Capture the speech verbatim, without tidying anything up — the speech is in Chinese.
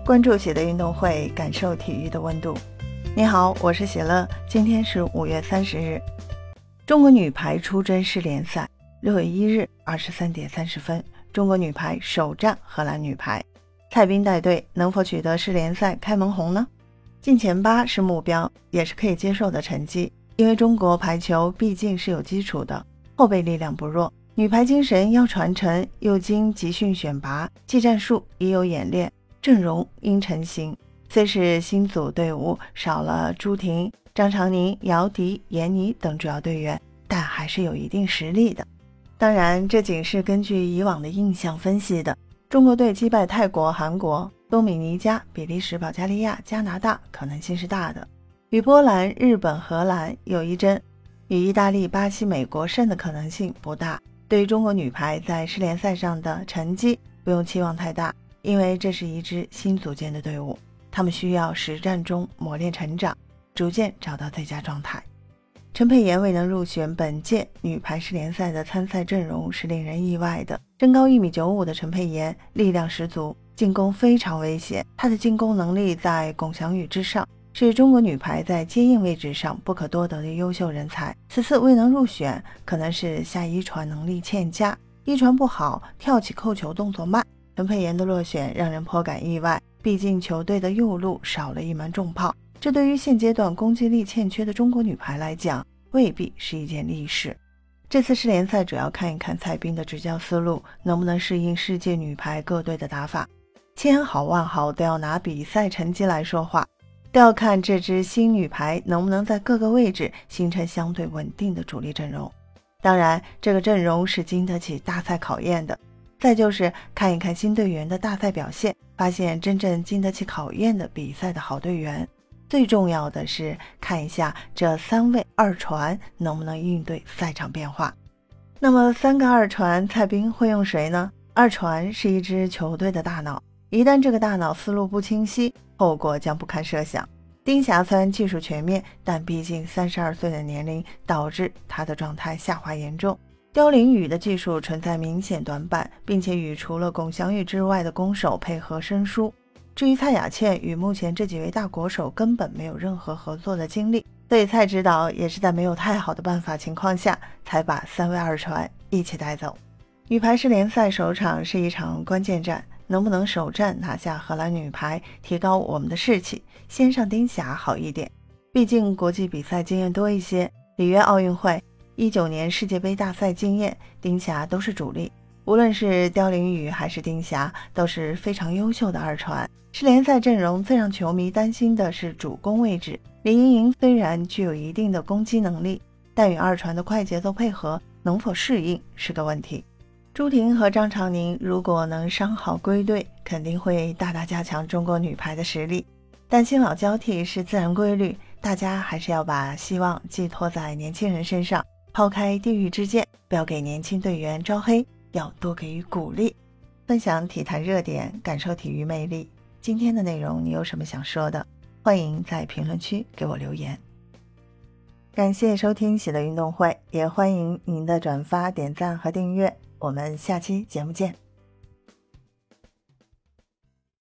关注喜乐运动会，感受体育的温度。你好，我是喜乐，今天是五月三十日。中国女排出征世联赛，六月一日二十三点三十分，中国女排首战荷兰女排，蔡斌带队能否取得世联赛开门红呢？进前八是目标，也是可以接受的成绩，因为中国排球毕竟是有基础的，后备力量不弱，女排精神要传承，又经集训选拔，技战术也有演练，阵容应成型。虽是新组队伍少了朱婷、张常宁、姚迪、闫妮等主要队员，但还是有一定实力的。当然，这仅是根据以往的印象分析的。中国队击败泰国、韩国、多米尼加、比利时、保加利亚、加拿大可能性是大的，与波兰、日本、荷兰有一争，与意大利、巴西、美国胜的可能性不大。对于中国女排在世联赛上的成绩不用期望太大，因为这是一支新组建的队伍，他们需要实战中磨练成长，逐渐找到最佳状态。陈佩妍未能入选本届女排世联赛的参赛阵容是令人意外的。身高一米九五的陈佩妍力量十足，进攻非常危险，她的进攻能力在龚翔宇之上，是中国女排在接应位置上不可多得的优秀人才。此次未能入选，可能是夏一传能力欠佳，一传不好，跳起扣球动作慢。陈佩妍的落选让人颇感意外，毕竟球队的右路少了一门重炮，这对于现阶段攻击力欠缺的中国女排来讲，未必是一件利事。这次世联赛主要看一看蔡斌的执教思路能不能适应世界女排各队的打法，千好万好都要拿比赛成绩来说话，都要看这支新女排能不能在各个位置形成相对稳定的主力阵容。当然，这个阵容是经得起大赛考验的。再就是看一看新队员的大赛表现，发现真正经得起考验的比赛的好队员。最重要的是看一下这三位二传能不能应对赛场变化。那么三个二传，蔡斌会用谁呢？二传是一支球队的大脑，一旦这个大脑思路不清晰，后果将不堪设想。丁霞虽然技术全面，但毕竟三十二岁的年龄导致他的状态下滑严重。刁琳宇的技术存在明显短板，并且与除了龚翔宇之外的攻手配合生疏。至于蔡雅倩，与目前这几位大国手根本没有任何合作的经历，所以蔡指导也是在没有太好的办法情况下，才把三位二传一起带走。女排世联赛首场是一场关键战，能不能首战拿下荷兰女排，提高我们的士气，先上丁霞好一点。毕竟国际比赛经验多一些，里约奥运会、一九年世界杯大赛经验，丁霞都是主力。无论是刁琳宇还是丁霞，都是非常优秀的二传。世联赛阵容最让球迷担心的是主攻位置。林盈莹虽然具有一定的攻击能力，但与二传的快节奏配合能否适应是个问题。朱婷和张常宁如果能伤好归队，肯定会大大加强中国女排的实力。但新老交替是自然规律，大家还是要把希望寄托在年轻人身上，抛开地域之见，不要给年轻队员招黑，要多给予鼓励。分享体坛热点，感受体育魅力。今天的内容你有什么想说的？欢迎在评论区给我留言。感谢收听喜乐运动会，也欢迎您的转发、点赞和订阅。我们下期节目见。